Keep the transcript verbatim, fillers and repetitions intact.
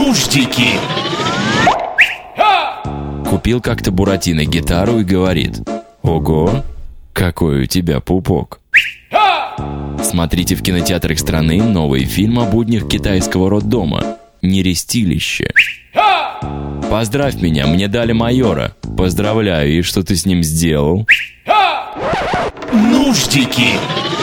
Нуждики. Купил как-то Буратино гитару и говорит: ого, какой у тебя пупок. Смотрите в кинотеатрах страны новый фильм о буднях китайского роддома «Нерестилище». Поздравь меня, мне дали майора. Поздравляю, и что ты с ним сделал? Нуждики.